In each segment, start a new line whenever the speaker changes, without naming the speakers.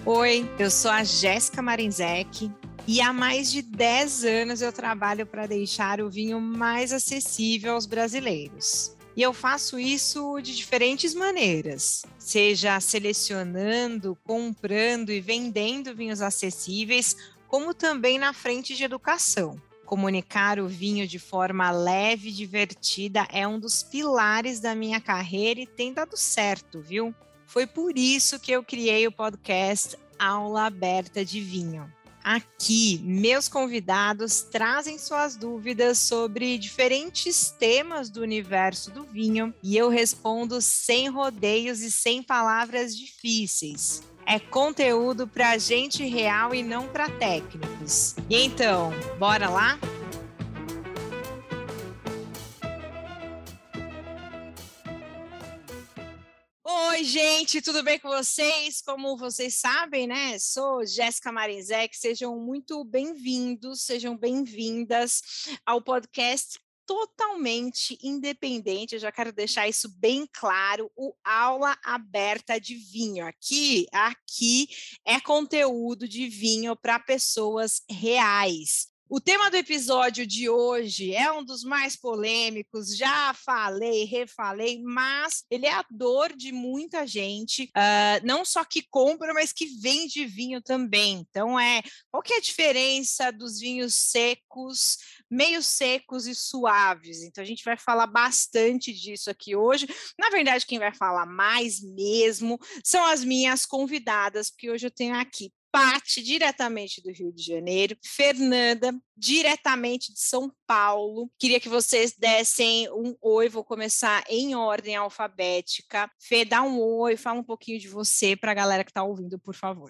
Oi, eu sou a Jéssica Marinzec e há mais de 10 anos eu trabalho para deixar o vinho mais acessível aos brasileiros. E eu faço isso de diferentes maneiras, seja selecionando, comprando e vendendo vinhos acessíveis, como também na frente de educação. Comunicar o vinho de forma leve e divertida é um dos pilares da minha carreira e tem dado certo, viu? Foi por isso que eu criei o podcast Aula Aberta de Vinho. Aqui, meus convidados trazem suas dúvidas sobre diferentes temas do universo do vinho e eu respondo sem rodeios e sem palavras difíceis. É conteúdo para gente real e não para técnicos. E então, bora lá? Oi, gente, tudo bem com vocês? Como vocês sabem, né? Sou Jéssica Marinzec, sejam muito bem-vindos, sejam bem-vindas ao podcast totalmente independente. Eu já quero deixar isso bem claro, o Aula Aberta de Vinho. Aqui é conteúdo de vinho para pessoas reais. O tema do episódio de hoje é um dos mais polêmicos, já falei, refalei, mas ele é a dor de muita gente, não só que compra, mas que vende vinho também. Então, qual que é a diferença dos vinhos secos, meio secos e suaves? Então, a gente vai falar bastante disso aqui hoje. Na verdade, quem vai falar mais mesmo são as minhas convidadas, porque hoje eu tenho aqui Paty, diretamente do Rio de Janeiro, Fernanda, diretamente de São Paulo. Queria que vocês dessem um oi, vou começar em ordem alfabética. Fê, dá um oi, fala um pouquinho de você para a galera que está ouvindo, por favor.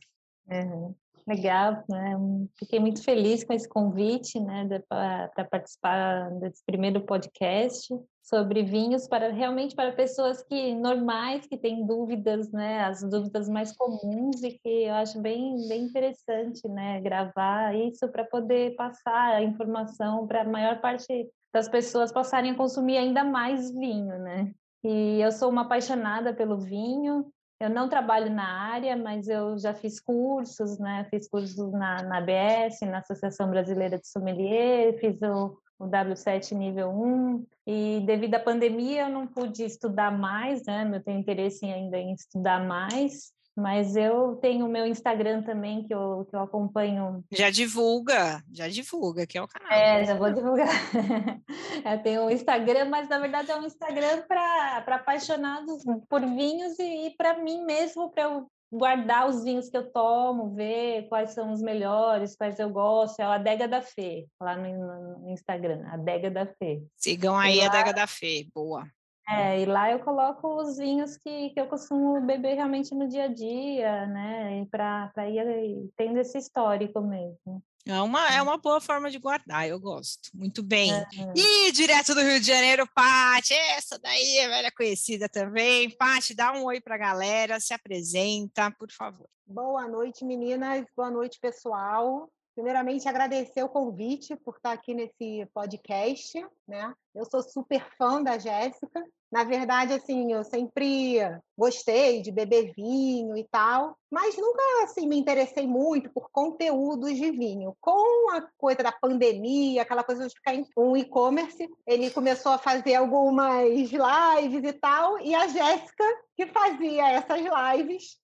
Legal, né? Fiquei muito feliz com esse convite, né, para participar desse primeiro podcast sobre vinhos realmente para pessoas normais que têm dúvidas, né, as dúvidas mais comuns e que eu acho bem interessante, né, gravar isso para poder passar a informação para a maior parte das pessoas passarem a consumir ainda mais vinho, né? E eu sou uma apaixonada pelo vinho. Eu não trabalho na área, mas eu já fiz cursos, né? Fiz cursos na ABS, na Associação Brasileira de Sommelier, fiz o W7 nível 1, e devido à pandemia eu não pude estudar mais, né? Eu tenho interesse ainda em estudar mais, mas eu tenho o meu Instagram também, que eu acompanho.
Já divulga, que é o canal.
Já vou divulgar. Eu tenho um Instagram, mas na verdade é um Instagram para apaixonados por vinhos e para mim mesmo, para eu guardar os vinhos que eu tomo, ver quais são os melhores, quais eu gosto. É a Adega da Fê, lá no Instagram, Adega da Fê.
Sigam aí a Adega da Fê, boa.
E lá eu coloco os vinhos que eu costumo beber realmente no dia a dia, né? E para ir tendo esse histórico mesmo.
É uma boa forma de guardar, eu gosto. Muito bem. E direto do Rio de Janeiro, Paty, essa daí é velha conhecida também. Paty, dá um oi para a galera, se apresenta, por favor.
Boa noite, meninas. Boa noite, pessoal. Primeiramente, agradecer o convite por estar aqui nesse podcast, né? Eu sou super fã da Jéssica. Na verdade, assim, eu sempre gostei de beber vinho e tal, mas nunca assim me interessei muito por conteúdos de vinho. Com a coisa da pandemia, aquela coisa de ficar em um e-commerce, ele começou a fazer algumas lives e tal, e a Jéssica que fazia essas lives.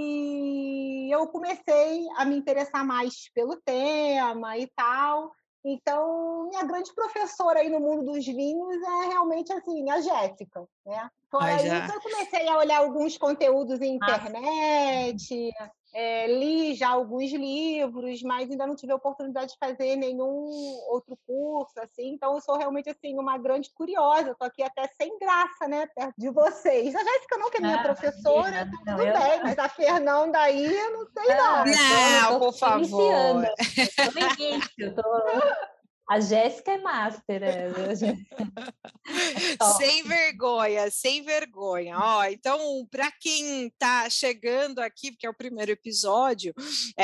E eu comecei a me interessar mais pelo tema e tal. Então, minha grande professora aí no mundo dos vinhos é realmente assim, a Jéssica, né? Fora isso, eu comecei a olhar alguns conteúdos em internet, li já alguns livros, mas ainda não tive a oportunidade de fazer nenhum outro curso, assim. Então, eu sou realmente assim uma grande curiosa. Estou aqui até sem graça, né, perto de vocês. A Jéssica não, que é minha professora, então tudo bem, mas a Fernanda aí, eu não sei não.
Não, por favor.
Eu tô no início, A Jéssica é master.
Sem vergonha, sem vergonha. Ó, então, para quem está chegando aqui, porque é o primeiro episódio,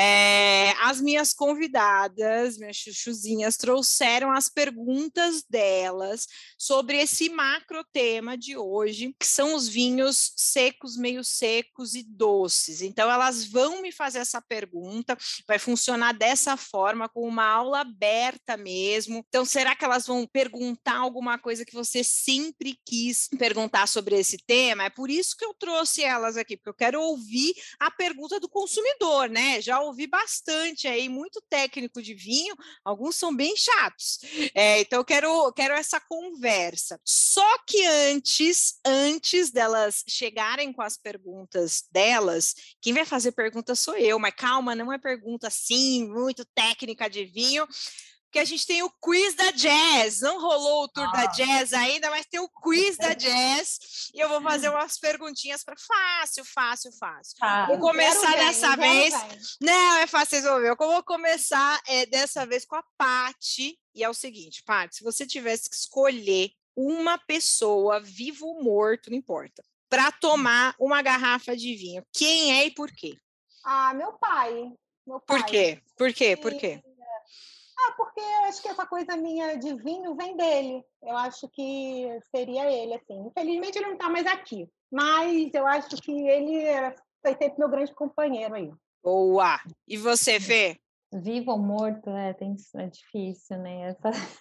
as minhas convidadas, minhas chuchuzinhas, trouxeram as perguntas delas sobre esse macro tema de hoje, que são os vinhos secos, meio secos e doces. Então, elas vão me fazer essa pergunta, vai funcionar dessa forma, com uma aula aberta mesmo. Então, será que elas vão perguntar alguma coisa que você sempre quis perguntar sobre esse tema? É por isso que eu trouxe elas aqui, porque eu quero ouvir a pergunta do consumidor, né? Já ouvi bastante aí, muito técnico de vinho, alguns são bem chatos. Então, eu quero essa conversa. Só que antes delas chegarem com as perguntas delas, quem vai fazer pergunta sou eu, mas calma, não é pergunta assim, muito técnica de vinho, porque a gente tem o quiz da Jazz. Não rolou o tour da Jazz ainda, mas tem o quiz da Jazz. E eu vou fazer umas perguntinhas para fácil. Vou começar dessa vez. Não, é fácil, vocês vão ver. Eu vou começar dessa vez com a Paty. E é o seguinte, Paty, se você tivesse que escolher uma pessoa, vivo ou morto, não importa, para tomar uma garrafa de vinho, quem é e por quê?
Meu pai.
Por quê? Por quê?
Porque eu acho que essa coisa minha de vinho vem dele. Eu acho que seria ele, assim. Infelizmente ele não está mais aqui, mas eu acho que ele foi sempre meu grande companheiro aí.
Boa! E você, Fê?
Vivo ou morto, é difícil, né?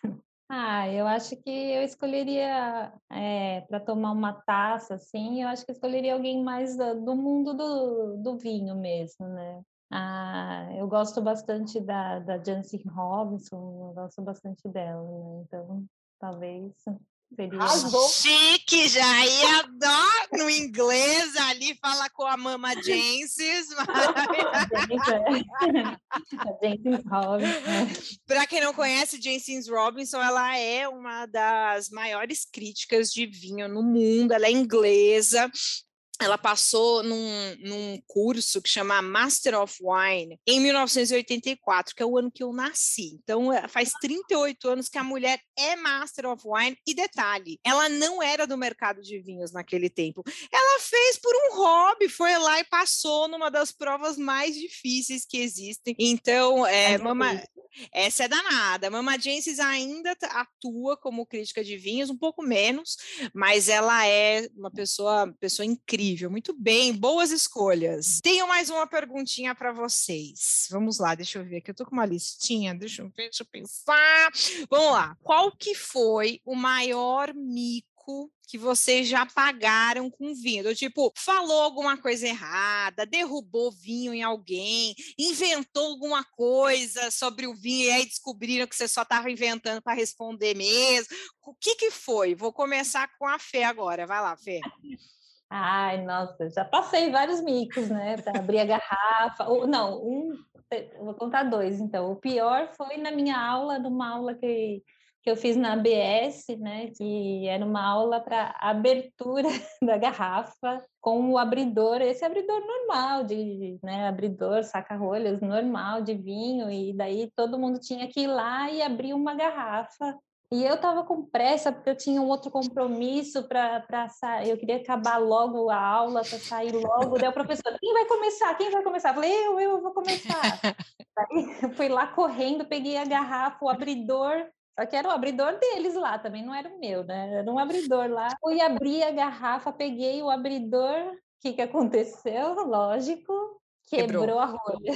Eu acho que eu escolheria, para tomar uma taça, assim, eu acho que eu escolheria alguém mais do mundo do vinho mesmo, né? Eu gosto bastante da Jancy Robinson, eu gosto bastante dela, né? Então, talvez seria...
Arrasou.
Chique, já ia dar no inglês ali, fala com a Mama Jancis.
A Jancy Robinson.
Para quem não conhece, Jancy Robinson, ela é uma das maiores críticas de vinho no mundo, ela é inglesa. Ela passou num curso que chama Master of Wine em 1984, que é o ano que eu nasci. Então, faz 38 anos que a mulher é Master of Wine. E detalhe, ela não era do mercado de vinhos naquele tempo. Ela fez por um hobby, foi lá e passou numa das provas mais difíceis que existem. Então, essa é danada. Mama Jancis ainda atua como crítica de vinhos, um pouco menos, mas ela é uma pessoa incrível. Muito bem, boas escolhas. Tenho mais uma perguntinha para vocês. Vamos lá, deixa eu ver aqui. Eu tô com uma listinha, deixa eu pensar. Vamos lá. Qual que foi o maior mico que vocês já pagaram com vinho? Tipo, falou alguma coisa errada, derrubou vinho em alguém, inventou alguma coisa sobre o vinho e aí descobriram que você só estava inventando para responder mesmo. O que foi? Vou começar com a Fê agora. Vai lá, Fê.
Nossa, já passei vários micos, né? Para abrir a garrafa. Vou contar dois, então. O pior foi na minha aula, numa aula que eu fiz na ABS, né? Que era uma aula para abertura da garrafa com o abridor, esse abridor normal, abridor, saca-rolhas normal de vinho, e daí todo mundo tinha que ir lá e abrir uma garrafa. E eu estava com pressa, porque eu tinha um outro compromisso para sair. Eu queria acabar logo a aula, para sair logo. Daí o professor, quem vai começar? Eu falei, eu vou começar. Daí eu fui lá correndo, peguei a garrafa, o abridor, só que era o abridor deles lá, também não era o meu, né? Era um abridor lá. Fui abrir a garrafa, peguei o abridor. O que aconteceu? Lógico, quebrou a rolha.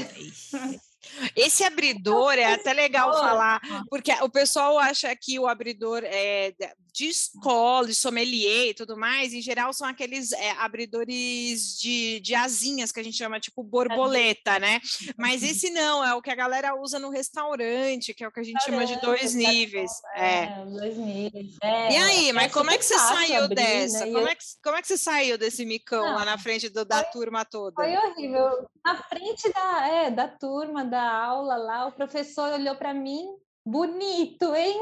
Esse abridor é até legal falar, porque o pessoal acha que o abridor de escola, de sommelier e tudo mais, em geral são aqueles abridores de asinhas, que a gente chama tipo borboleta, né? Mas esse não, é o que a galera usa no restaurante, que é o que a gente chama de 2 níveis.
2 níveis.
E aí, mas como é que você saiu dessa?
Né?
Como é que você saiu desse micão lá na frente da turma toda?
Foi horrível. Na frente da turma, da aula lá, o professor olhou para mim, bonito, hein?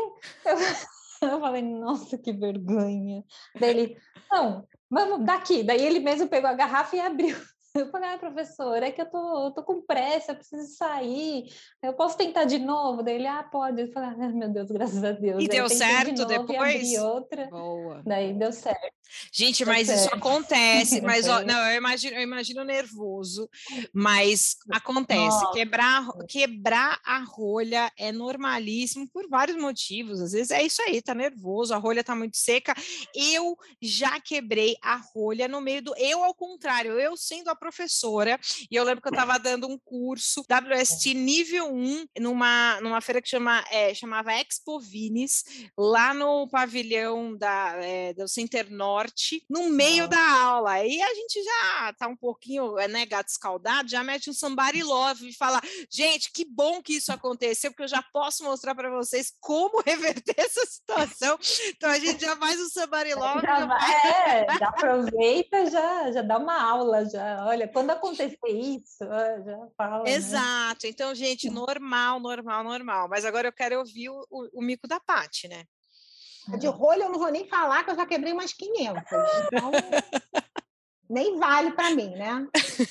Eu falei, nossa, que vergonha. Daí ele, não, vamos daqui. Daí ele mesmo pegou a garrafa e abriu. Eu falei, professora, é que eu tô com pressa, eu preciso sair, eu posso tentar de novo? Daí ele, pode. Eu falei, meu Deus, graças a Deus.
E
Daí eu
deu
tentei de
certo
novo e abri
depois?
outra,
Boa.
daí deu certo.
Gente,
Deu
mas isso
certo.
acontece, mas ó,
Foi...
não, eu imagino nervoso, mas acontece.
Nossa.
Quebrar a rolha é normalíssimo por vários motivos. Às vezes é isso aí, tá nervoso, a rolha tá muito seca. Eu já quebrei a rolha no meio do. Eu, ao contrário, eu sendo a professora, e eu lembro que eu estava dando um curso WST nível 1 numa feira que chamava Expo Vines, lá no pavilhão do Center Norte, no meio da aula. Aí a gente já tá um pouquinho, né, gato escaldado, já mete um somebody love e fala, gente, que bom que isso aconteceu, porque eu já posso mostrar para vocês como reverter essa situação. Então a gente já faz o somebody love.
Já aproveita, já dá uma aula, já. Olha, quando acontecer isso, já fala,
Exato.
Né?
Então, gente, normal. Mas agora eu quero ouvir o mico da Paty, né?
De rolha eu não vou nem falar, que eu já quebrei umas 500. Então, nem vale para mim, né?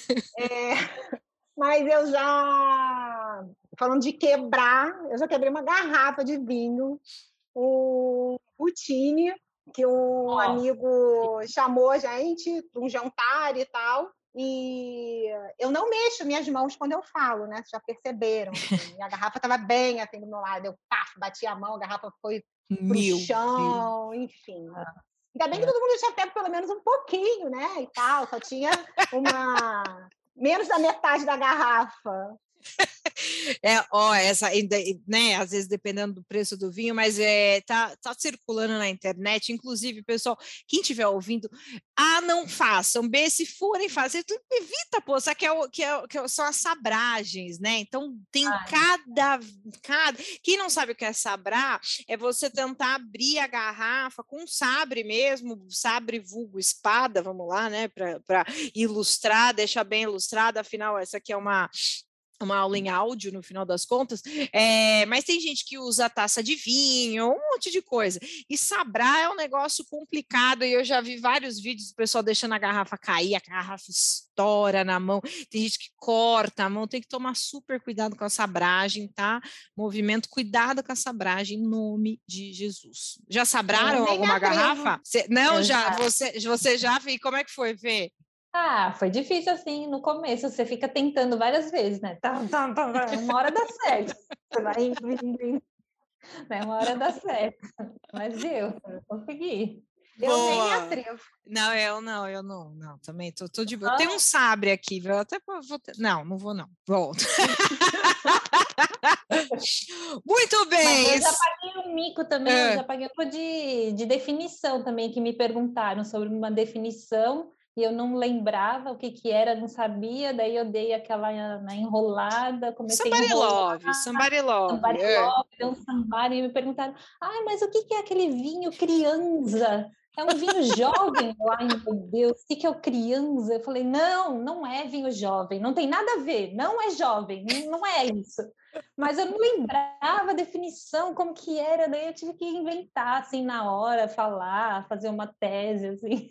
Mas eu já... Falando de quebrar, eu já quebrei uma garrafa de vinho, o Butini, que um amigo chamou a gente para um jantar e tal. E eu não mexo minhas mãos quando eu falo, né? Vocês já perceberam. Assim. A garrafa estava bem assim do meu lado. Eu bati a mão, a garrafa foi pro chão, enfim. Ainda bem que todo mundo já pega pelo menos um pouquinho, né? E tal, só tinha menos da metade da garrafa.
Essa, né, às vezes dependendo do preço do vinho, mas tá circulando na internet, inclusive, pessoal, quem estiver ouvindo, não façam, se forem fazer, evita, pô, só que são as sabragens, né, então tem cada, quem não sabe o que é sabrar, é você tentar abrir a garrafa com sabre mesmo, sabre vulgo espada, vamos lá, né, para ilustrar, deixar bem ilustrado, afinal, essa aqui é uma aula em áudio, no final das contas, mas tem gente que usa taça de vinho, um monte de coisa, e sabrar é um negócio complicado, e eu já vi vários vídeos do pessoal deixando a garrafa cair, a garrafa estoura na mão, tem gente que corta a mão, tem que tomar super cuidado com a sabragem, tá? Movimento, cuidado com a sabragem, em nome de Jesus. Já sabraram alguma garrafa? Você já, e como é que foi, Vê?
Foi difícil assim no começo, você fica tentando várias vezes, né? Uma hora dá certo. Você vai indo, né? Uma hora dá certo. Mas eu consegui.
Eu nem me atrevo.
Não, eu não, também tô de boa. Tem um sabre aqui, viu? Até vou ter... Não vou não. Volto. Muito bem.
Mas eu já paguei um mico também, eu já paguei um mico de definição também, que me perguntaram sobre uma definição e eu não lembrava o que era, não sabia, daí eu dei aquela enrolada, comecei a enrolar.
Somebody love.
Deu um somebody, e me perguntaram, mas o que é aquele vinho criança? É um vinho jovem? Ai, meu Deus, o que é o criança? Eu falei, não é vinho jovem, não tem nada a ver, não é jovem, não é isso. Mas eu não lembrava a definição, como que era, daí eu tive que inventar, assim, na hora, falar, fazer uma tese, assim.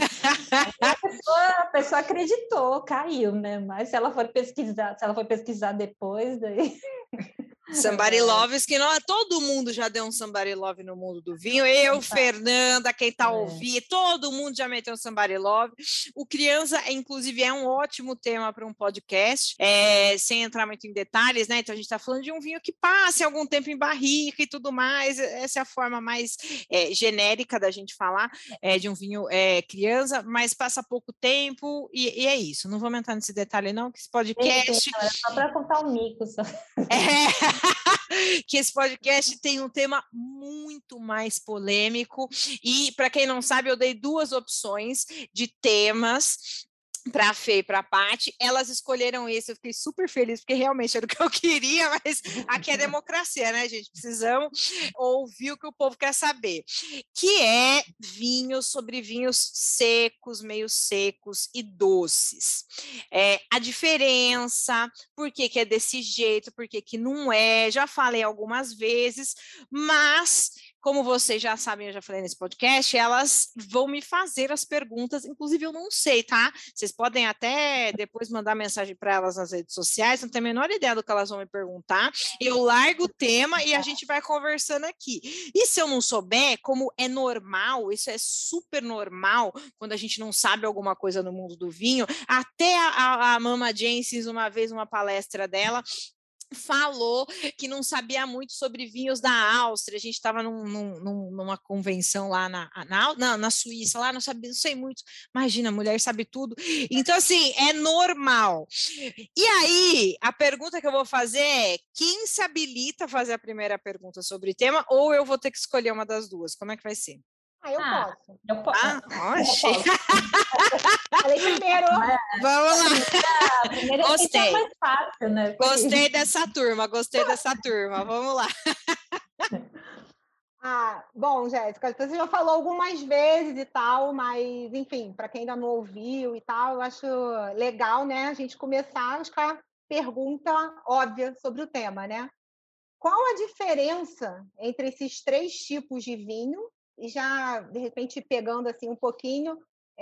A pessoa acreditou, caiu, né? Mas se ela for pesquisar depois, daí...
Somebody love, que não, todo mundo já deu um somebody love no mundo do vinho, eu, Fernanda, quem está ouvindo, todo mundo já meteu um somebody love. O criança, inclusive, é um ótimo tema para um podcast, sem entrar muito em detalhes, né? Então a gente está falando de um vinho que passe algum tempo em barrica e tudo mais, essa é a forma mais genérica da gente falar de um vinho criança, mas passa pouco tempo e é isso, não vamos entrar nesse detalhe não, que esse podcast...
É só para contar um mico, só.
Que esse podcast tem um tema muito mais polêmico e, para quem não sabe, eu dei 2 opções de temas para a Fê e para a Paty, elas escolheram esse, eu fiquei super feliz, porque realmente era o que eu queria, mas aqui é democracia, né, gente? Precisamos ouvir o que o povo quer saber, que é vinhos sobre vinhos secos, meio secos e doces. A diferença, por que é desse jeito, por que não é, já falei algumas vezes, mas... como vocês já sabem, eu já falei nesse podcast, elas vão me fazer as perguntas, inclusive eu não sei, tá? Vocês podem até depois mandar mensagem para elas nas redes sociais, não tenho a menor ideia do que elas vão me perguntar, eu largo o tema e a gente vai conversando aqui. E se eu não souber, como é normal, isso é super normal, quando a gente não sabe alguma coisa no mundo do vinho, até a Mama Jensen, uma vez, numa palestra dela, falou que não sabia muito sobre vinhos da Áustria. A gente estava numa convenção lá na Suíça, lá não sabia, não sei muito. Imagina, a mulher sabe tudo. Então, assim, é normal. E aí, a pergunta que eu vou fazer é: quem se habilita a fazer a primeira pergunta sobre o tema, ou eu vou ter que escolher uma das duas? Como é que vai ser?
Eu posso.
Eu posso.
Achei.
Falei primeiro.
Vamos lá.
Gostei. É mais fácil, né?
Gostei dessa turma. Vamos lá.
Bom, Jéssica, você já falou algumas vezes e tal, mas, enfim, para quem ainda não ouviu e tal, eu acho legal, né, a gente começar com a pergunta óbvia sobre o tema, né? Qual a diferença entre esses 3 tipos de vinho? E já, de repente, pegando assim um pouquinho,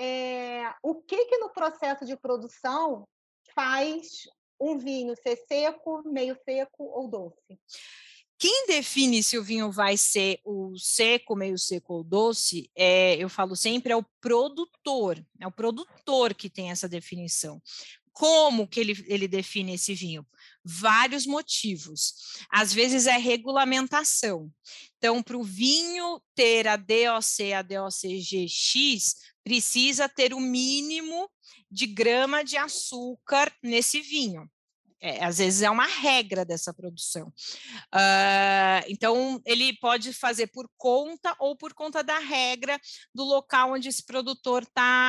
o que no processo de produção faz um vinho ser seco, meio seco ou doce?
Quem define se o vinho vai ser o seco, meio seco ou doce, eu falo sempre, é o produtor. É o produtor que tem essa definição. Como que ele define esse vinho? Vários motivos. Às vezes é regulamentação. Então, para o vinho ter a DOC, a DOCG-X, precisa ter o mínimo de grama de açúcar nesse vinho. Às vezes é uma regra dessa produção. Então, ele pode fazer por conta ou por conta da regra do local onde esse produtor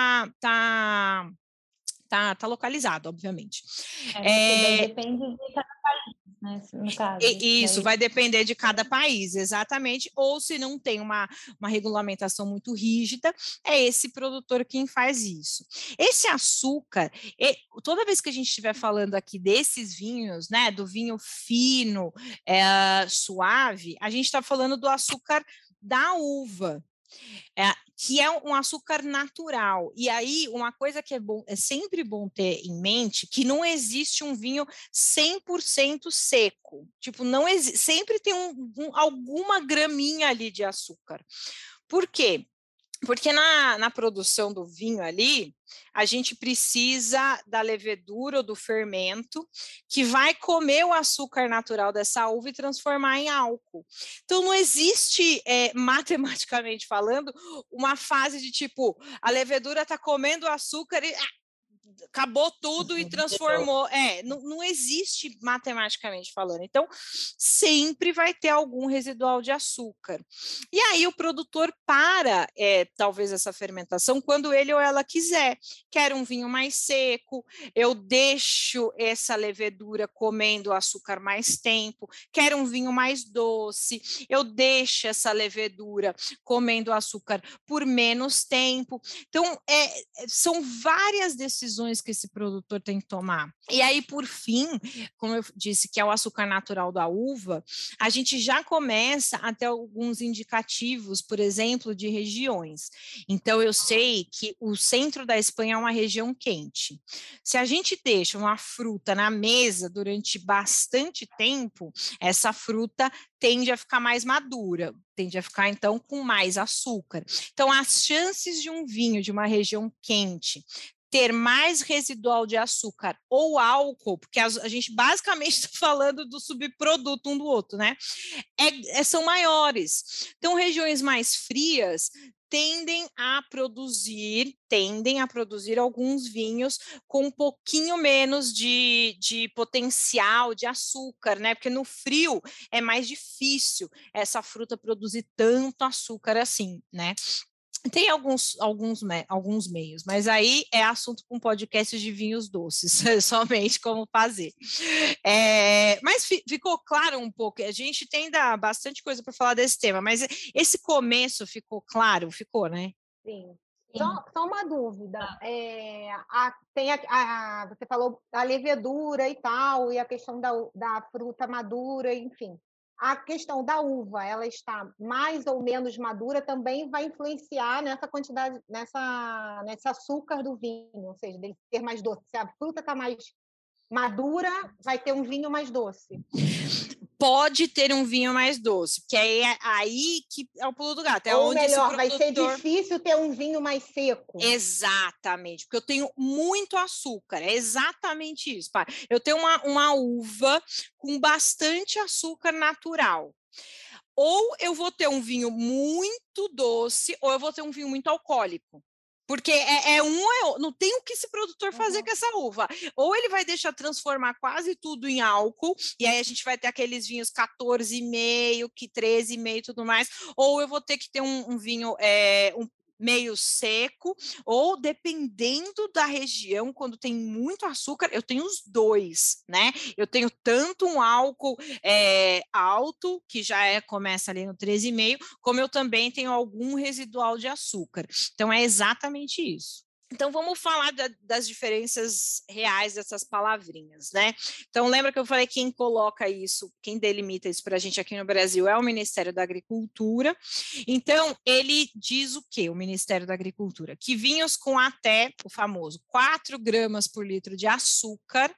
está localizado, obviamente.
Depende de cada país, né, no caso.
Isso vai depender de cada país, exatamente, ou se não tem uma regulamentação muito rígida, é esse produtor quem faz isso. Esse açúcar, toda vez que a gente estiver falando aqui desses vinhos, né, do vinho fino, suave, a gente está falando do açúcar da uva. Que é um açúcar natural. E aí, uma coisa que é sempre bom ter em mente, que não existe um vinho 100% seco. Tipo, não sempre tem alguma graminha ali de açúcar. Por quê? Porque na produção do vinho ali, a gente precisa da levedura ou do fermento que vai comer o açúcar natural dessa uva e transformar em álcool. Então, não existe, matematicamente falando, uma fase de tipo, a levedura está comendo o açúcar e acabou tudo e transformou. Não existe matematicamente falando. Então, sempre vai ter algum residual de açúcar. E aí o produtor para, talvez, essa fermentação quando ele ou ela quiser. Quer um vinho mais seco, eu deixo essa levedura comendo o açúcar mais tempo. Quer um vinho mais doce, eu deixo essa levedura comendo o açúcar por menos tempo. Então, são várias decisões que esse produtor tem que tomar. E aí, por fim, como eu disse, que é o açúcar natural da uva, a gente já começa a ter alguns indicativos, por exemplo, de regiões. Então, eu sei que o centro da Espanha é uma região quente. Se a gente deixa uma fruta na mesa durante bastante tempo, essa fruta tende a ficar mais madura, tende a ficar, então, com mais açúcar. Então, as chances de um vinho de uma região quente ter mais residual de açúcar ou álcool, porque a gente basicamente está falando do subproduto um do outro, né? São maiores. Então, regiões mais frias tendem a produzir alguns vinhos com um pouquinho menos de potencial de açúcar, né? Porque no frio é mais difícil essa fruta produzir tanto açúcar assim, né? Tem alguns meios, mas aí é assunto com podcast de vinhos doces, somente como fazer. Mas ficou claro um pouco, a gente tem ainda bastante coisa para falar desse tema, mas esse começo ficou claro? Ficou, né?
Sim. Só uma dúvida. Você falou da levedura e tal, e a questão da fruta madura, enfim. a questão da uva, ela está mais ou menos madura, também vai influenciar nessa quantidade, nesse açúcar do vinho, ou seja, dele ser mais doce. Se a fruta está mais madura, vai ter um vinho mais doce.
Pode ter um vinho mais doce, porque aí que é o pulo do gato. É
Ou
onde
melhor,
esse produtor...
vai ser difícil ter um vinho mais seco.
Exatamente, porque eu tenho muito açúcar, é exatamente isso. Pai. Eu tenho uma uva com bastante açúcar natural. Ou eu vou ter um vinho muito doce, ou eu vou ter um vinho muito alcoólico. Porque não tem o que esse produtor fazer com essa uva. Ou ele vai deixar transformar quase tudo em álcool, e aí a gente vai ter aqueles vinhos 14,5, 13,5 e tudo mais. Ou eu vou ter que ter um vinho meio seco, ou dependendo da região, quando tem muito açúcar, eu tenho os dois, né? Eu tenho tanto um álcool alto, que já começa ali no 13,5, como eu também tenho algum residual de açúcar. Então, é exatamente isso. Então, vamos falar das diferenças reais dessas palavrinhas, né? Então, lembra que eu falei que quem coloca isso, quem delimita isso para a gente aqui no Brasil é o Ministério da Agricultura. Então, ele diz o quê, o Ministério da Agricultura? Que vinhos com até, o famoso, 4 gramas por litro de açúcar,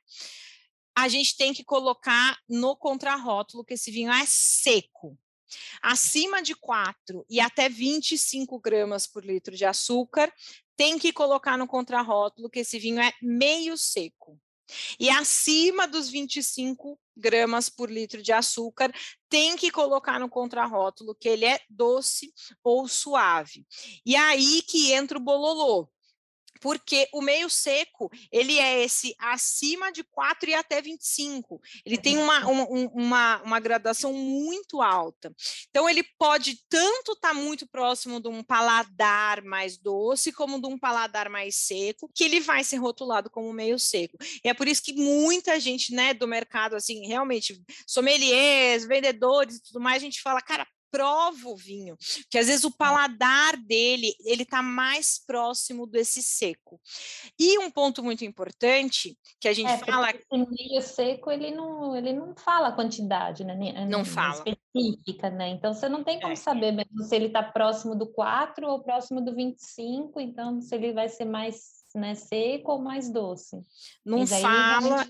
a gente tem que colocar no contrarótulo que esse vinho é seco. Acima de 4 e até 25 gramas por litro de açúcar, tem que colocar no contrarótulo que esse vinho é meio seco. E acima dos 25 gramas por litro de açúcar, tem que colocar no contrarótulo que ele é doce ou suave. E aí que entra o bololô. Porque o meio seco, ele é esse acima de 4 e até 25. Ele tem uma gradação muito alta. Então, ele pode tanto estar muito próximo de um paladar mais doce, como de um paladar mais seco, que ele vai ser rotulado como meio seco. E é por isso que muita gente, né, do mercado, assim, realmente, sommeliers, vendedores e tudo mais, a gente fala, cara, prova o vinho, que às vezes o paladar dele, ele está mais próximo desse seco. E um ponto muito importante, que a gente fala...
Esse meio seco, ele não fala a quantidade, né?
Não fala.
Específica, né? Então, você não tem como saber mesmo se ele está próximo do 4 ou próximo do 25, então, se ele vai ser mais, né, seco ou mais doce.
Não fala,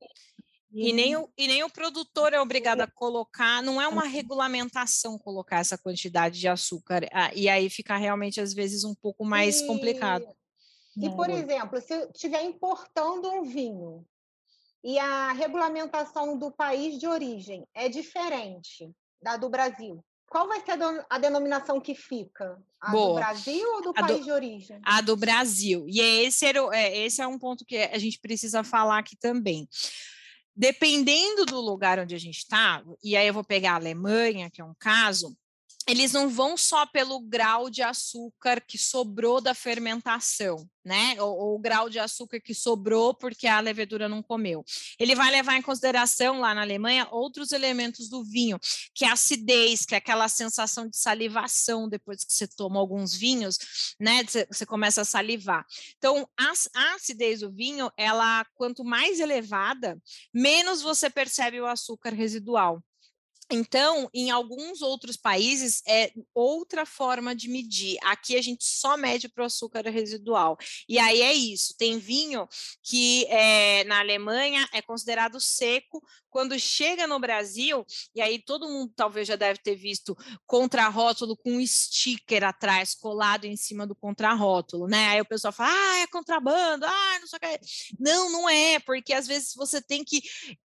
E nem o produtor é obrigado a colocar, não é uma regulamentação colocar essa quantidade de açúcar, e aí fica realmente, às vezes, um pouco mais complicado.
E, por exemplo, se eu estiver importando um vinho e a regulamentação do país de origem é diferente da do Brasil, qual vai ser a denominação que fica? A do Brasil ou do país de origem?
A do Brasil. E esse é um ponto que a gente precisa falar aqui também. Dependendo do lugar onde a gente está, e aí eu vou pegar a Alemanha, que é um caso, eles não vão só pelo grau de açúcar que sobrou da fermentação, né? Ou o grau de açúcar que sobrou porque a levedura não comeu. Ele vai levar em consideração, lá na Alemanha, outros elementos do vinho, que é a acidez, que é aquela sensação de salivação depois que você toma alguns vinhos, né? Você começa a salivar. Então, a acidez do vinho, ela, quanto mais elevada, menos você percebe o açúcar residual. Então, em alguns outros países, é outra forma de medir. Aqui a gente só mede para o açúcar residual. E aí é isso. Tem vinho que na Alemanha é considerado seco. Quando chega no Brasil, e aí todo mundo talvez já deve ter visto contrarótulo com um sticker atrás, colado em cima do contrarótulo, né? Aí o pessoal fala, é contrabando, não sei o que. Não é, porque às vezes você tem que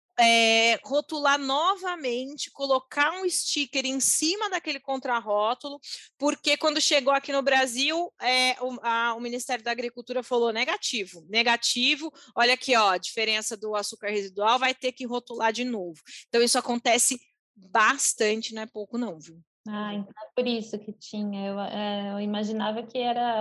rotular novamente, colocar um sticker em cima daquele contrarótulo, porque quando chegou aqui no Brasil, o Ministério da Agricultura falou negativo, olha aqui, ó, a diferença do açúcar residual, vai ter que rotular de novo. Então, isso acontece bastante, não é pouco não, viu?
Então é por isso que tinha. Eu imaginava que era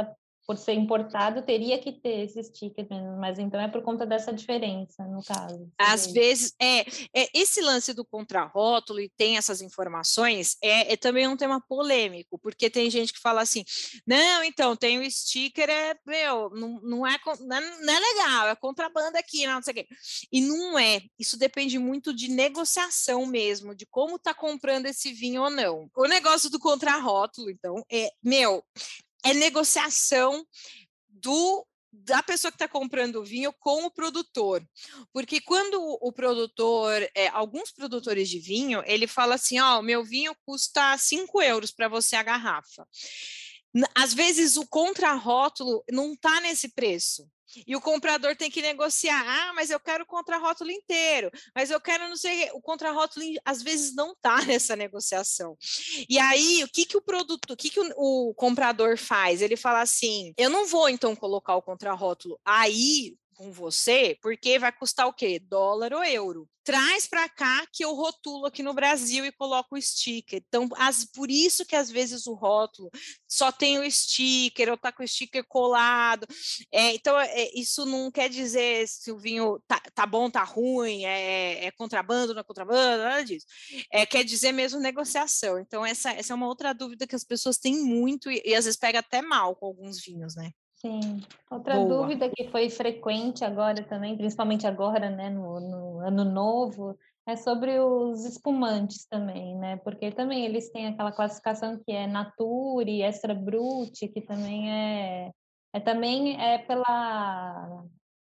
por ser importado, teria que ter esse sticker mesmo, mas então é por conta dessa diferença, no caso.
Às vezes, esse lance do contrarótulo e tem essas informações é também um tema polêmico, porque tem gente que fala assim, não, então, tem o sticker, não é legal, é contrabando aqui, não sei o quê. E não é, isso depende muito de negociação mesmo, de como está comprando esse vinho ou não. O negócio do contrarótulo, então, é negociação da pessoa que está comprando o vinho com o produtor, porque quando o produtor, alguns produtores de vinho, ele fala assim, ó, meu vinho custa 5 euros para você a garrafa. Às vezes o contrarótulo não está nesse preço. E o comprador tem que negociar. Mas eu quero o contrarótulo inteiro. Mas eu quero não sei. O contrarótulo, às vezes, não está nessa negociação. E aí, o que o comprador faz? Ele fala assim: eu não vou, então, colocar o contrarótulo aí com você, porque vai custar o quê? Dólar ou euro. Traz para cá que eu rotulo aqui no Brasil e coloco o sticker. Então, por isso que às vezes o rótulo só tem o sticker, ou tá com o sticker colado. Então, isso não quer dizer se o vinho tá bom, tá ruim, é contrabando, não é contrabando, nada disso. Quer dizer mesmo negociação. Então, essa é uma outra dúvida que as pessoas têm muito e às vezes pega até mal com alguns vinhos, né?
Sim. Outra dúvida que foi frequente agora também, principalmente agora, né, no Ano Novo, é sobre os espumantes também, né? Porque também eles têm aquela classificação que é Nature, Extra Brut, que também também pela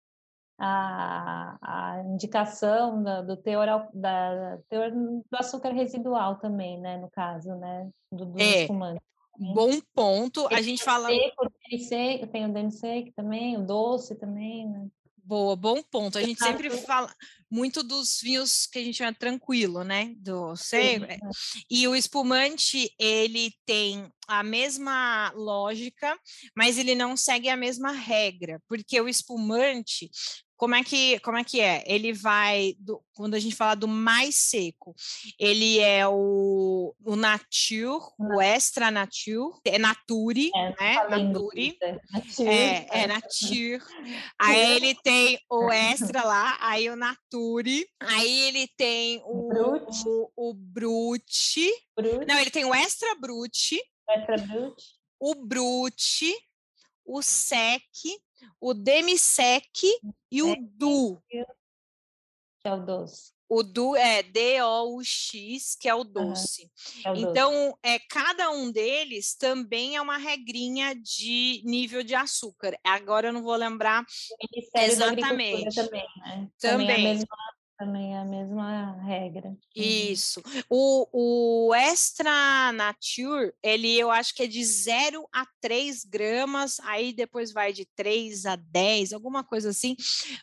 a indicação do teor do açúcar residual também, né? No caso, né? Dos espumantes.
Bom ponto. A gente fala.
Tem o DMC também, o doce também, né?
Boa, bom ponto. A gente sempre fala muito dos vinhos que a gente chama tranquilo, né? E o espumante, ele tem a mesma lógica, mas ele não segue a mesma regra, porque o espumante, como é que é? Ele vai, quando a gente fala do mais seco, ele é o nature, o extra nature, é nature, né? Nature. Nature. Aí ele tem o extra lá, aí o nature, aí ele tem o brut. Não, ele tem o extra brut, o brut, o sec, o demi-sec e o du.
Que é o doce.
O du é DOUX, que é o doce. Então, cada um deles também é uma regrinha de nível de açúcar. Agora eu não vou lembrar exatamente.
Também, né? Também é a mesma regra.
Isso. O Extra Nature, eu acho que é de 0 a 3 gramas, aí depois vai de 3 a 10, alguma coisa assim.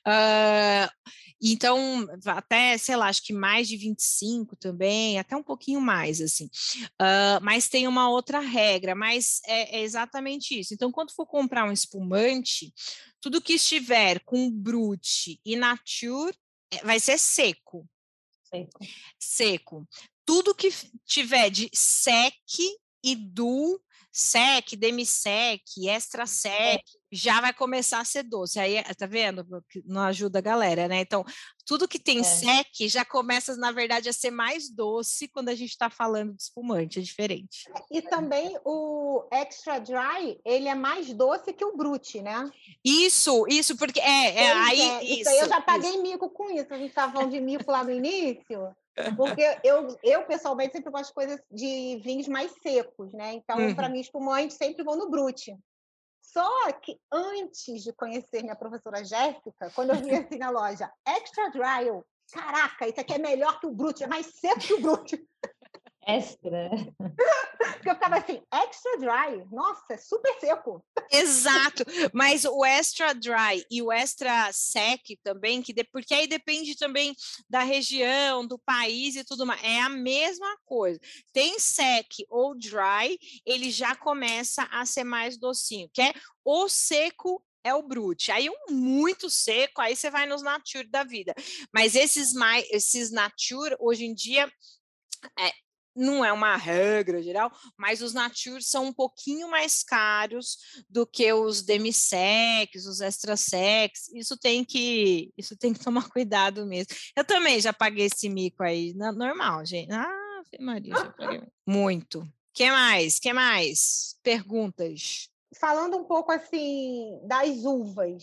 Então, até, sei lá, acho que mais de 25 também, até um pouquinho mais, assim. Mas tem uma outra regra, mas é exatamente isso. Então, quando for comprar um espumante, tudo que estiver com Brut e Nature vai ser seco. Seco. Tudo que tiver de sec e du, sec, demi-sec, extra sec, já vai começar a ser doce. Aí, tá vendo? Não ajuda a galera, né? Então, tudo que tem sec já começa, na verdade, a ser mais doce quando a gente está falando de espumante, é diferente.
E também o extra dry, ele é mais doce que o brut, né?
Isso, porque
isso aí eu já paguei mico com isso. A gente estava falando de mico lá no início. Porque eu pessoalmente sempre gosto de coisas de vinhos mais secos, né? Então, para mim, espumante sempre vou no brut. Só que antes de conhecer minha professora Jéssica, quando eu vi assim na loja, extra dry, caraca, isso aqui é melhor que o brut, é mais seco que o brut.
Extra.
Porque eu ficava assim, extra dry, nossa, é super seco.
Exato, mas o extra dry e o extra sec também, porque aí depende também da região, do país e tudo mais, é a mesma coisa. Tem sec ou dry, ele já começa a ser mais docinho, que é o seco é o brut. Aí um muito seco, aí você vai nos nature da vida. Mas esses nature, hoje em dia, não é uma regra geral, mas os natures são um pouquinho mais caros do que os demi-secs, os extra-secs. Isso tem que tomar cuidado mesmo. Eu também já paguei esse mico aí, normal, gente. Ah, Maria, já paguei muito. Que mais? Que mais? Perguntas.
Falando um pouco assim das uvas,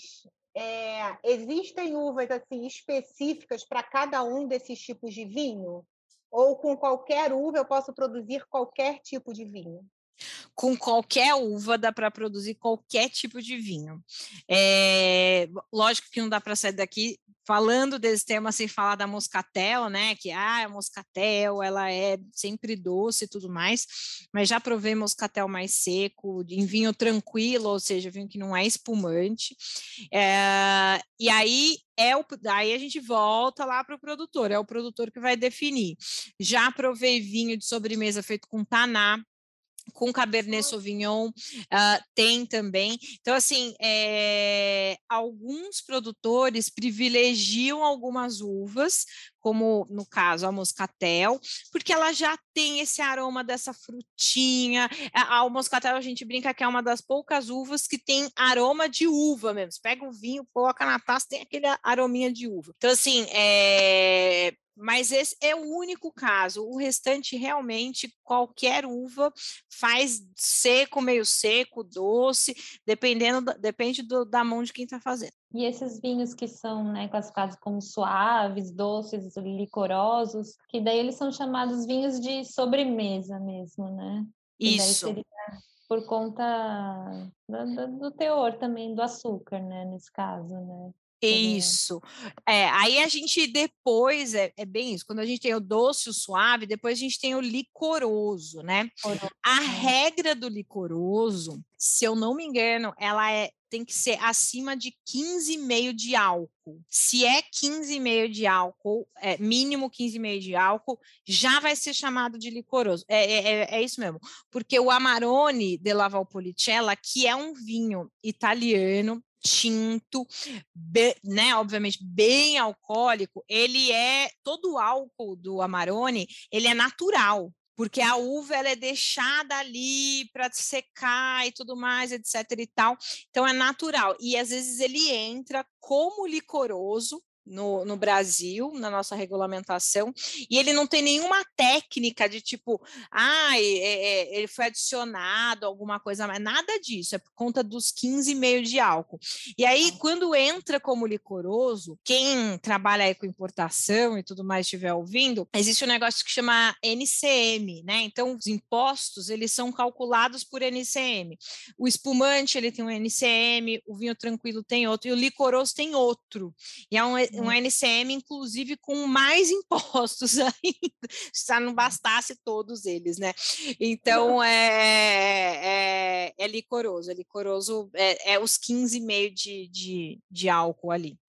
existem uvas assim específicas para cada um desses tipos de vinho? Ou com qualquer uva eu posso produzir qualquer tipo de vinho?
Com qualquer uva dá para produzir qualquer tipo de vinho. Lógico que não dá para sair daqui falando desse tema sem falar da moscatel, né? Que a moscatel ela é sempre doce e tudo mais, mas já provei moscatel mais seco, em vinho tranquilo, ou seja, vinho que não é espumante. E aí aí a gente volta lá para o produtor, é o produtor que vai definir. Já provei vinho de sobremesa feito com taná, com Cabernet Sauvignon, tem também. Então, assim, alguns produtores privilegiam algumas uvas, como no caso a moscatel, porque ela já tem esse aroma dessa frutinha. A moscatel a gente brinca que é uma das poucas uvas que tem aroma de uva mesmo. Você pega o vinho, coloca na taça, tem aquele arominha de uva. Então, assim, mas esse é o único caso. O restante, realmente, qualquer uva faz seco, meio seco, doce, depende da mão de quem está fazendo.
E esses vinhos que são, né, classificados como suaves, doces, licorosos, que daí eles são chamados vinhos de sobremesa mesmo, né? Que daí
Isso.
seria por conta do teor também do açúcar, né, nesse caso, né?
Isso. Aí a gente depois, bem isso, quando a gente tem o doce, o suave, depois a gente tem o licoroso, né? A regra do licoroso, se eu não me engano, tem que ser acima de 15,5 de álcool. Se é 15,5 de álcool, mínimo 15,5 de álcool, já vai ser chamado de licoroso. É isso mesmo. Porque o Amarone de la Valpolicella, que é um vinho italiano, tinto, né, obviamente bem alcoólico, todo o álcool do Amarone, ele é natural, porque a uva ela é deixada ali para secar e tudo mais, etc e tal, então é natural, e às vezes ele entra como licoroso no Brasil, na nossa regulamentação, e ele não tem nenhuma técnica de tipo, ele foi adicionado alguma coisa, mas nada disso, é por conta dos 15,5 de álcool. E aí, quando entra como licoroso, quem trabalha aí com importação e tudo mais estiver ouvindo, existe um negócio que chama NCM, né? Então, os impostos, eles são calculados por NCM. O espumante, ele tem um NCM, o vinho tranquilo tem outro, e o licoroso tem outro. E é um NCM, inclusive, com mais impostos ainda, se não bastasse todos eles, né? Então, é licoroso. É licoroso, os 15,5 de álcool ali.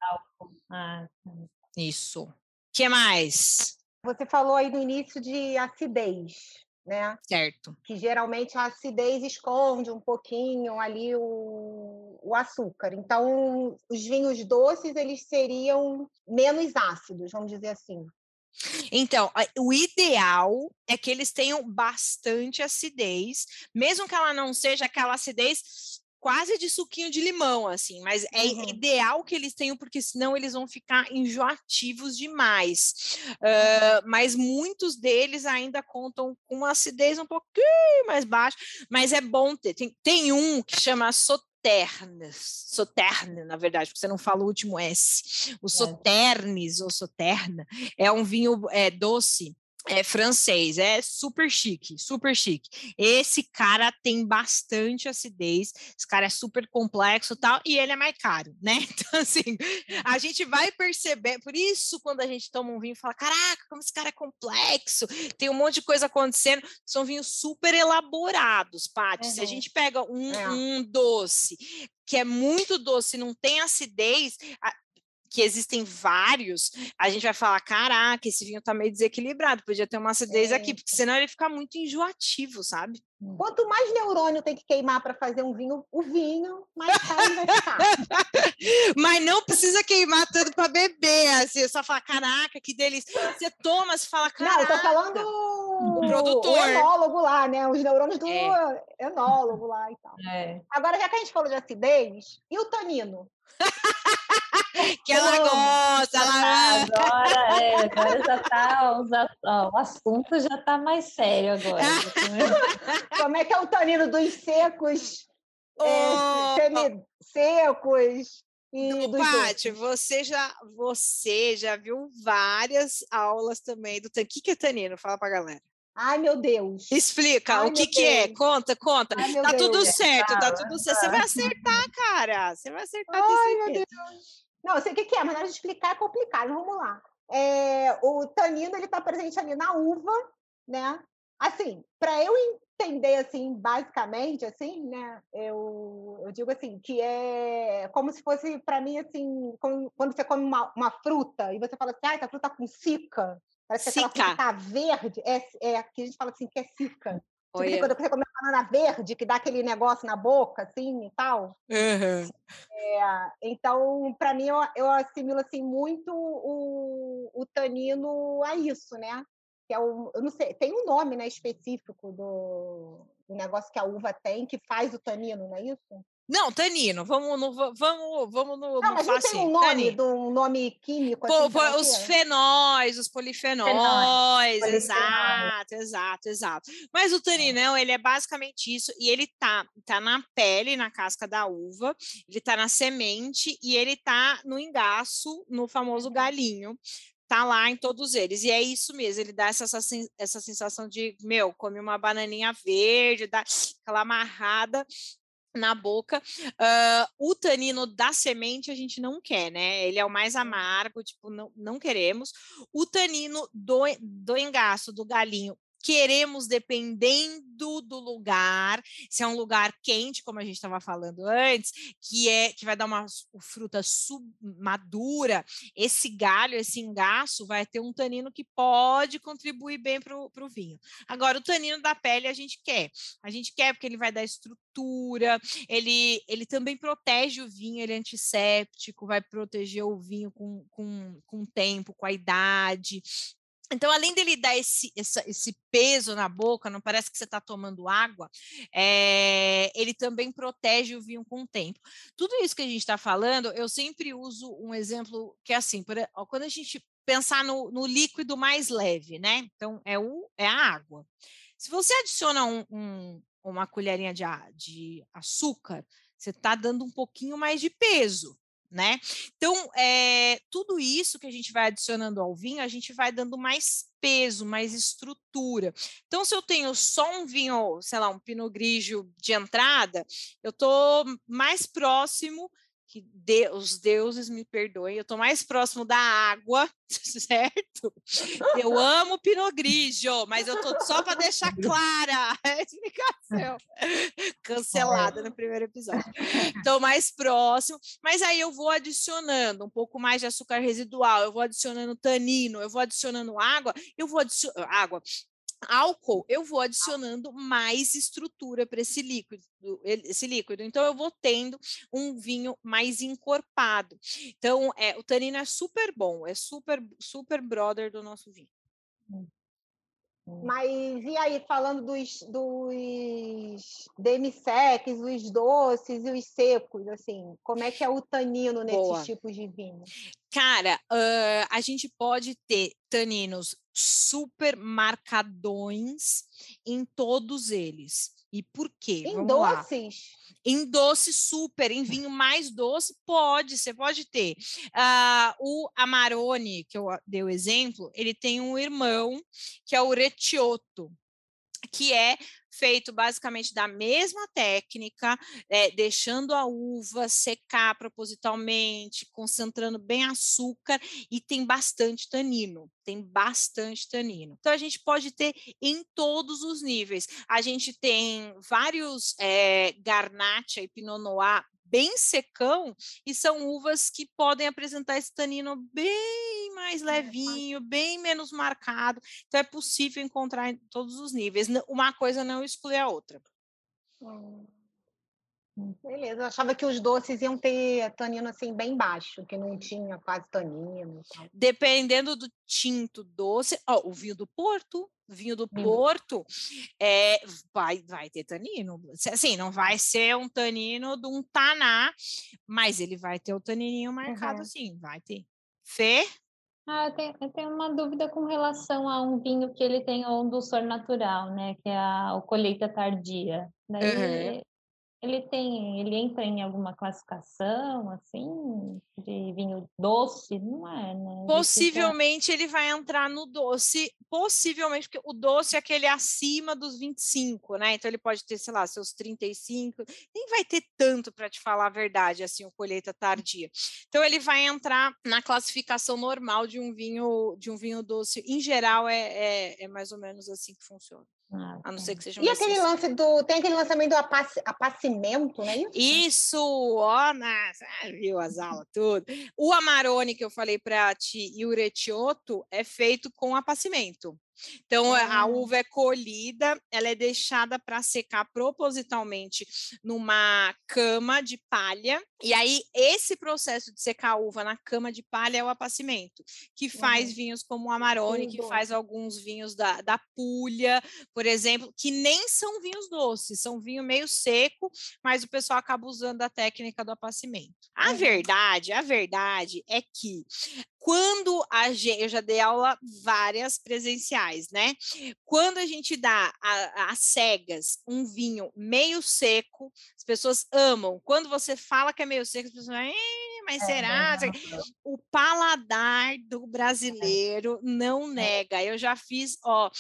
Isso. O que mais?
Você falou aí no início de acidez, né?
Certo.
Que geralmente a acidez esconde um pouquinho ali o açúcar. Então, os vinhos doces, eles seriam menos ácidos, vamos dizer assim.
Então, o ideal é que eles tenham bastante acidez, mesmo que ela não seja aquela acidez quase de suquinho de limão, assim, mas é ideal que eles tenham, porque senão eles vão ficar enjoativos demais. Mas muitos deles ainda contam com uma acidez um pouquinho mais baixa, mas é bom ter. Tem um que chama Sauterne, na verdade, porque você não fala o último S. O Sauternes ou Sauternes é um vinho doce, francês, é super chique, super chique. Esse cara tem bastante acidez, esse cara é super complexo e tal, e ele é mais caro, né? Então, assim, a gente vai perceber, por isso, quando a gente toma um vinho, fala, caraca, como esse cara é complexo, tem um monte de coisa acontecendo, são vinhos super elaborados, Paty. Se a gente pega um doce, que é muito doce, não tem acidez, que existem vários, a gente vai falar, caraca, esse vinho tá meio desequilibrado, podia ter uma acidez aqui, porque senão ele fica muito enjoativo, sabe?
Quanto mais neurônio tem que queimar para fazer um vinho, o vinho mais caro ele vai ficar.
Mas não precisa queimar tanto para beber, assim, só falar, caraca, que delícia. Você toma, você fala, caraca.
Não, eu tô falando
o produtor.
O enólogo lá, né? Os neurônios do enólogo lá e tal. Agora, já que a gente falou de acidez, e o tanino?
Que ela gosta, ela
agora já tá, o assunto já tá mais sério agora.
Como é que é o tanino dos secos, semi-secos e dos
Paty, você já viu várias aulas também do tanino. O que é tanino? Fala pra galera.
Ai, meu Deus.
Explica, o que é? Conta.
Ai,
tá
Deus.
Tudo certo, tá tudo certo. Você vai acertar, cara. Você vai acertar.
Ai, meu Deus. Não, eu sei o que é, mas na hora de explicar é complicado. Vamos lá. O tanino, ele está presente ali na uva, né? Assim, para eu entender, assim, basicamente, assim, né? Eu digo assim, que é como se fosse, para mim, assim, quando você come uma fruta e você fala assim, essa fruta com cica. Parece que aquela fruta tá verde. Aqui a gente fala assim, que é cica. Tipo, quando você come uma banana verde, que dá aquele negócio na boca, assim, e tal.
Uhum.
Então, para mim, eu assimilo assim, muito o tanino a isso, né? Que eu não sei, tem um nome, né, específico do negócio que a uva tem, que faz o tanino, não é isso?
Não, tanino, vamos no
Não, mas não tem um nome, um nome químico assim?
Os fenóis, os polifenóis, exato. Mas o taninão, ele é basicamente isso, e ele tá na pele, na casca da uva, ele tá na semente e ele tá no engaço, no famoso galinho. Tá lá em todos eles, e é isso mesmo, ele dá essa sensação de, come uma bananinha verde, dá aquela amarrada na boca. O tanino da semente a gente não quer, né? Ele é o mais amargo, tipo, não queremos. O tanino do engaço, do galinho, queremos dependendo do lugar, se é um lugar quente, como a gente estava falando antes, que vai dar uma fruta madura, esse galho, esse engaço vai ter um tanino que pode contribuir bem para o vinho. Agora, o tanino da pele a gente quer porque ele vai dar estrutura, ele também protege o vinho, ele é antisséptico, vai proteger o vinho com o tempo, com a idade. Então, além dele dar esse peso na boca, não parece que você está tomando água, ele também protege o vinho com o tempo. Tudo isso que a gente está falando, eu sempre uso um exemplo que é assim, quando a gente pensar no líquido mais leve, né? Então, é a água. Se você adiciona uma colherinha de açúcar, você está dando um pouquinho mais de peso, né? Então, tudo isso que a gente vai adicionando ao vinho, a gente vai dando mais peso, mais estrutura. Então, se eu tenho só um vinho, sei lá, um Pinot Grigio de entrada, eu estou mais próximo, que os deuses me perdoem, eu estou mais próximo da água, certo? Eu amo Pinot Grigio, mas eu estou só para deixar clara a explicação. Cancelada no primeiro episódio. Estou mais próximo, mas aí eu vou adicionando um pouco mais de açúcar residual, eu vou adicionando tanino, eu vou adicionando água, álcool, eu vou adicionando mais estrutura para esse líquido. Então, eu vou tendo um vinho mais encorpado. Então, o tanino é super bom, é super, super brother do nosso vinho.
Mas e aí, falando dos demi-secs, os doces e os secos, assim, como é que é o tanino nesses tipos de vinho?
Cara, a gente pode ter taninos super marcadões em todos eles. E por quê?
Em doces?
Em doce super, em vinho mais doce, você pode ter. O Amarone, que eu dei o exemplo, ele tem um irmão, que é o Recioto, que é feito basicamente da mesma técnica, deixando a uva secar propositalmente, concentrando bem açúcar e tem bastante tanino. Então, a gente pode ter em todos os níveis. A gente tem vários Garnacha e Pinot Noir bem secão, e são uvas que podem apresentar esse tanino bem mais levinho, bem menos marcado. Então, é possível encontrar em todos os níveis. Uma coisa não exclui a outra.
Beleza, eu achava que os doces iam ter tanino assim bem baixo, que não tinha quase tanino e tal.
Dependendo do tinto doce, o vinho do Porto, vai ter tanino. Assim, não vai ser um tanino de um taná, mas ele vai ter o tanininho marcado, assim, vai ter. Fê?
Eu tenho uma dúvida com relação a um vinho que ele tem um dulçor natural, né? Que é o colheita tardia. Daí ele entra em alguma classificação, assim, de vinho doce? Não é, né?
Possivelmente ele vai entrar no doce, possivelmente, porque o doce é aquele acima dos 25, né? Então ele pode ter, sei lá, seus 35, nem vai ter tanto, para te falar a verdade, assim, o colheita tardia. Então ele vai entrar na classificação normal de um vinho doce. Em geral, é mais ou menos assim que funciona. A não ser que seja
E aquele lance tem aquele lance também do apacimento, não é isso?
Isso, viu as aulas tudo. O Amarone que eu falei para ti e o Recioto é feito com apacimento. Então, a uva é colhida, ela é deixada para secar propositalmente numa cama de palha, e aí esse processo de secar a uva na cama de palha é o apacimento, que faz vinhos como o Amarone, que faz alguns vinhos da Puglia, por exemplo, que nem são vinhos doces, são vinho meio seco, mas o pessoal acaba usando a técnica do apacimento. A verdade é que quando eu já dei aula várias presenciais, né? Quando a gente dá às cegas um vinho meio seco, as pessoas amam. Quando você fala que é meio seco, as pessoas falam, mas será? O paladar do brasileiro não nega. Eu já fiz,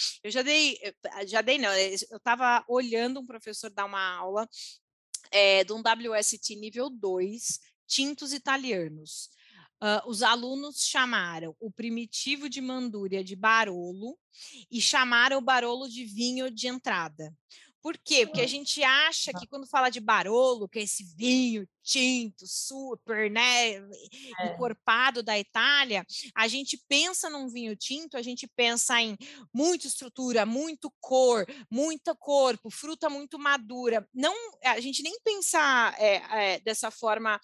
não, eu estava olhando um professor dar uma aula de um WST nível 2, tintos italianos. Os alunos chamaram o primitivo de Mandúria de Barolo e chamaram o Barolo de vinho de entrada. Por quê? Porque a gente acha que quando fala de Barolo, que é esse vinho tinto, super, né, encorpado da Itália, a gente pensa num vinho tinto, a gente pensa em muita estrutura, muito cor, muito corpo, fruta muito madura. Não, a gente nem pensa dessa forma,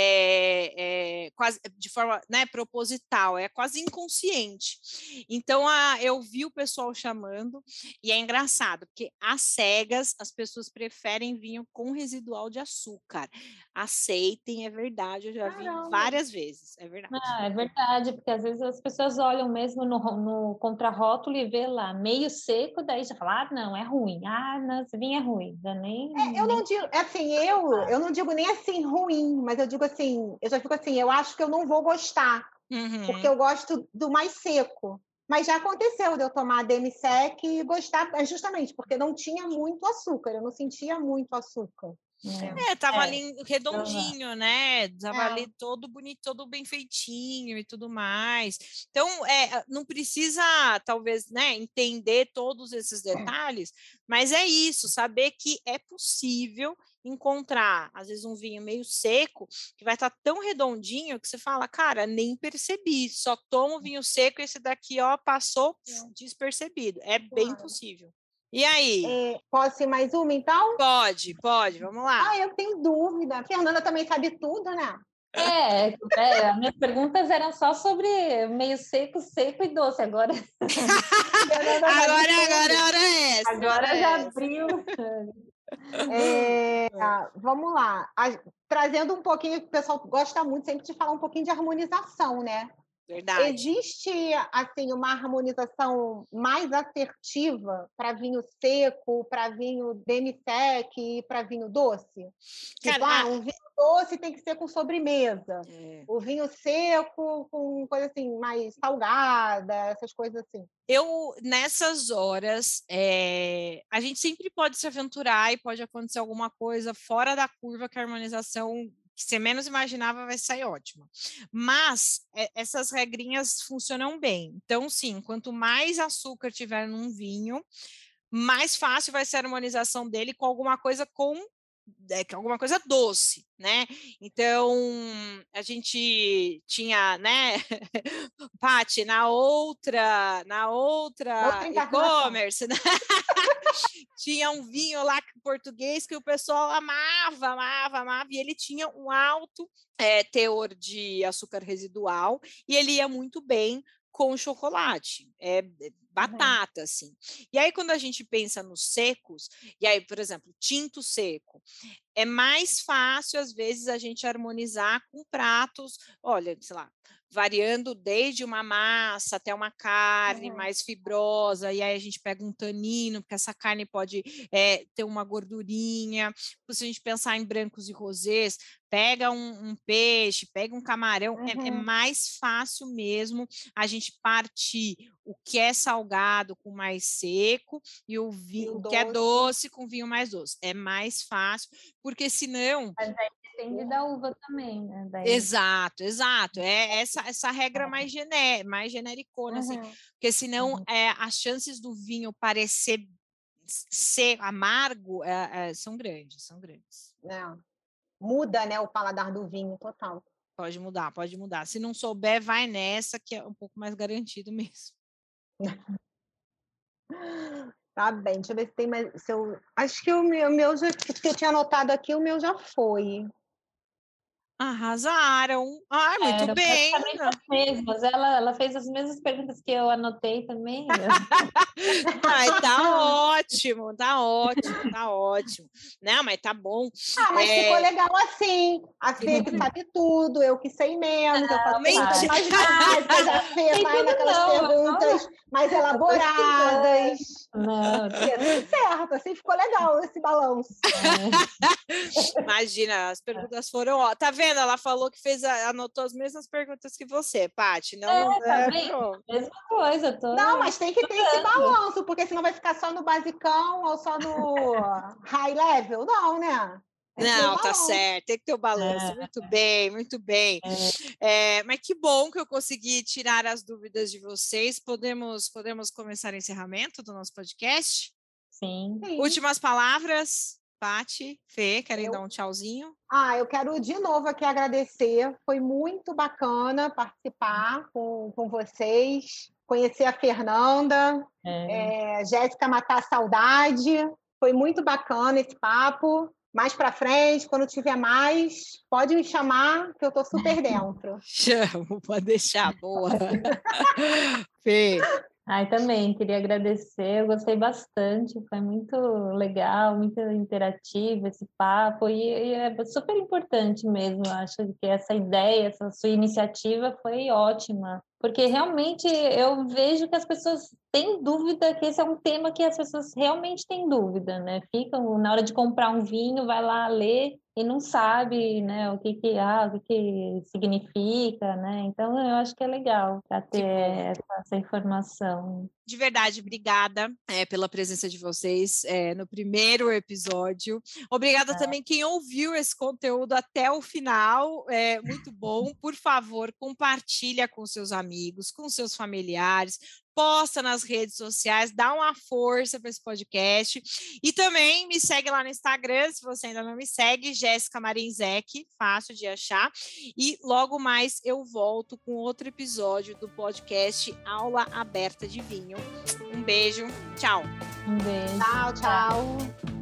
quase de forma, né, proposital, é quase inconsciente. Então, eu vi o pessoal chamando, e é engraçado, porque às cegas as pessoas preferem vinho com residual de açúcar. Aceitem, é verdade, eu já vi várias vezes, é verdade.
É verdade, porque às vezes as pessoas olham mesmo no contrarótulo e vê lá, meio seco, daí já fala, não, é ruim. Não, esse vinho é ruim.
Eu não digo, assim, eu não digo nem assim ruim, mas eu digo assim, eu já fico assim, eu acho que eu não vou gostar, porque eu gosto do mais seco. Mas já aconteceu de eu tomar demi-sec e gostar, justamente porque não tinha muito açúcar, eu não sentia muito açúcar.
Tava ali redondinho, né? Tava ali todo bonito, todo bem feitinho e tudo mais. Então, não precisa, talvez, né, entender todos esses detalhes, mas é isso, saber que é possível encontrar, às vezes, um vinho meio seco, que vai estar tão redondinho que você fala, cara, nem percebi, só tomo vinho seco e esse daqui, passou despercebido. É bem possível. E aí?
Posso ir mais uma, então?
Pode, vamos lá.
Eu tenho dúvida. A Fernanda também sabe tudo, né?
As minhas perguntas eram só sobre meio seco, seco e doce. Agora
agora a hora é essa.
Agora já abriu.
Vamos lá. Trazendo um pouquinho, que o pessoal gosta muito sempre de falar um pouquinho de harmonização, né?
Verdade.
Existe, assim, uma harmonização mais assertiva para vinho seco, para vinho demi-sec e para vinho doce?
Cara,
um vinho doce tem que ser com sobremesa. O vinho seco com coisa assim, mais salgada, essas coisas assim.
Nessas horas, a gente sempre pode se aventurar e pode acontecer alguma coisa fora da curva que a harmonização que você menos imaginava vai sair ótima. Mas essas regrinhas funcionam bem. Então, sim, quanto mais açúcar tiver num vinho, mais fácil vai ser a harmonização dele com alguma coisa com alguma coisa doce, né? Então, a gente tinha, né, Paty, na outra e-commerce, né? Tinha um vinho lá português que o pessoal amava, e ele tinha um alto teor de açúcar residual e ele ia muito bem com chocolate, batata, assim. E aí, quando a gente pensa nos secos, e aí, por exemplo, tinto seco, é mais fácil, às vezes, a gente harmonizar com pratos, olha, sei lá, variando desde uma massa até uma carne mais fibrosa, e aí a gente pega um tanino, porque essa carne pode ter uma gordurinha. Se a gente pensar em brancos e rosés, pega um peixe, pega um camarão, é mais fácil mesmo a gente partir o que é salgado com mais seco e o vinho que é doce com vinho mais doce. É mais fácil, porque senão...
Mas aí depende da uva também, né? Daí...
Exato. É essa regra mais genericona, assim, porque senão as chances do vinho parecer ser amargo são grandes.
Muda, né, o paladar do vinho, total.
Pode mudar. Se não souber, vai nessa, que é um pouco mais garantido mesmo.
Tá bem, deixa eu ver se tem mais. Acho que o meu já, que eu tinha anotado aqui, o meu já foi.
Arrasaram. Muito bem.
As mesmas. Ela fez as mesmas perguntas que eu anotei também.
Tá ótimo. Não, mas tá bom.
Mas ficou legal assim. A Fê que sabe tudo, eu que sei menos, eu faço perguntas mais básicas, a Fê vai naquelas perguntas mais elaboradas.
Não,
tudo certo, assim ficou legal esse balanço.
Imagina, as perguntas foram... Tá vendo? Ela falou que anotou as mesmas perguntas que você, Paty. Não,
tá bem? Mesma coisa.
Não, mas tem que ter esse balanço, porque senão vai ficar só no basicão ou só no high level. Não, né?
Não, tá certo, tem que ter o balanço. Muito bem. Mas que bom que eu consegui tirar as dúvidas de vocês. Podemos começar o encerramento do nosso podcast?
Sim.
Últimas palavras, Paty, Fê, querem dar um tchauzinho?
Eu quero de novo aqui agradecer. Foi muito bacana participar com vocês, conhecer a Fernanda, Jéssica matar a saudade. Foi muito bacana esse papo. Mais para frente, quando tiver mais, pode me chamar, que eu estou super dentro.
Chamo, pode deixar, boa. Fê.
Também queria agradecer, eu gostei bastante, foi muito legal, muito interativo esse papo, e é super importante mesmo, acho que essa ideia, essa sua iniciativa foi ótima, porque realmente eu vejo que as pessoas têm dúvida, que esse é um tema que as pessoas realmente têm dúvida, né? Ficam, na hora de comprar um vinho, vai lá ler e não sabe, né, o que significa, né? Então, eu acho que é legal para ter essa informação.
De verdade, obrigada pela presença de vocês no primeiro episódio. Obrigada também quem ouviu esse conteúdo até o final. Muito bom. Por favor, compartilha com seus amigos, com seus familiares, posta nas redes sociais, dá uma força para esse podcast. E também me segue lá no Instagram, se você ainda não me segue, Jéssica Marinzec, fácil de achar. E logo mais eu volto com outro episódio do podcast Aula Aberta de Vinho. Um beijo, tchau.
Um beijo.
Tchau.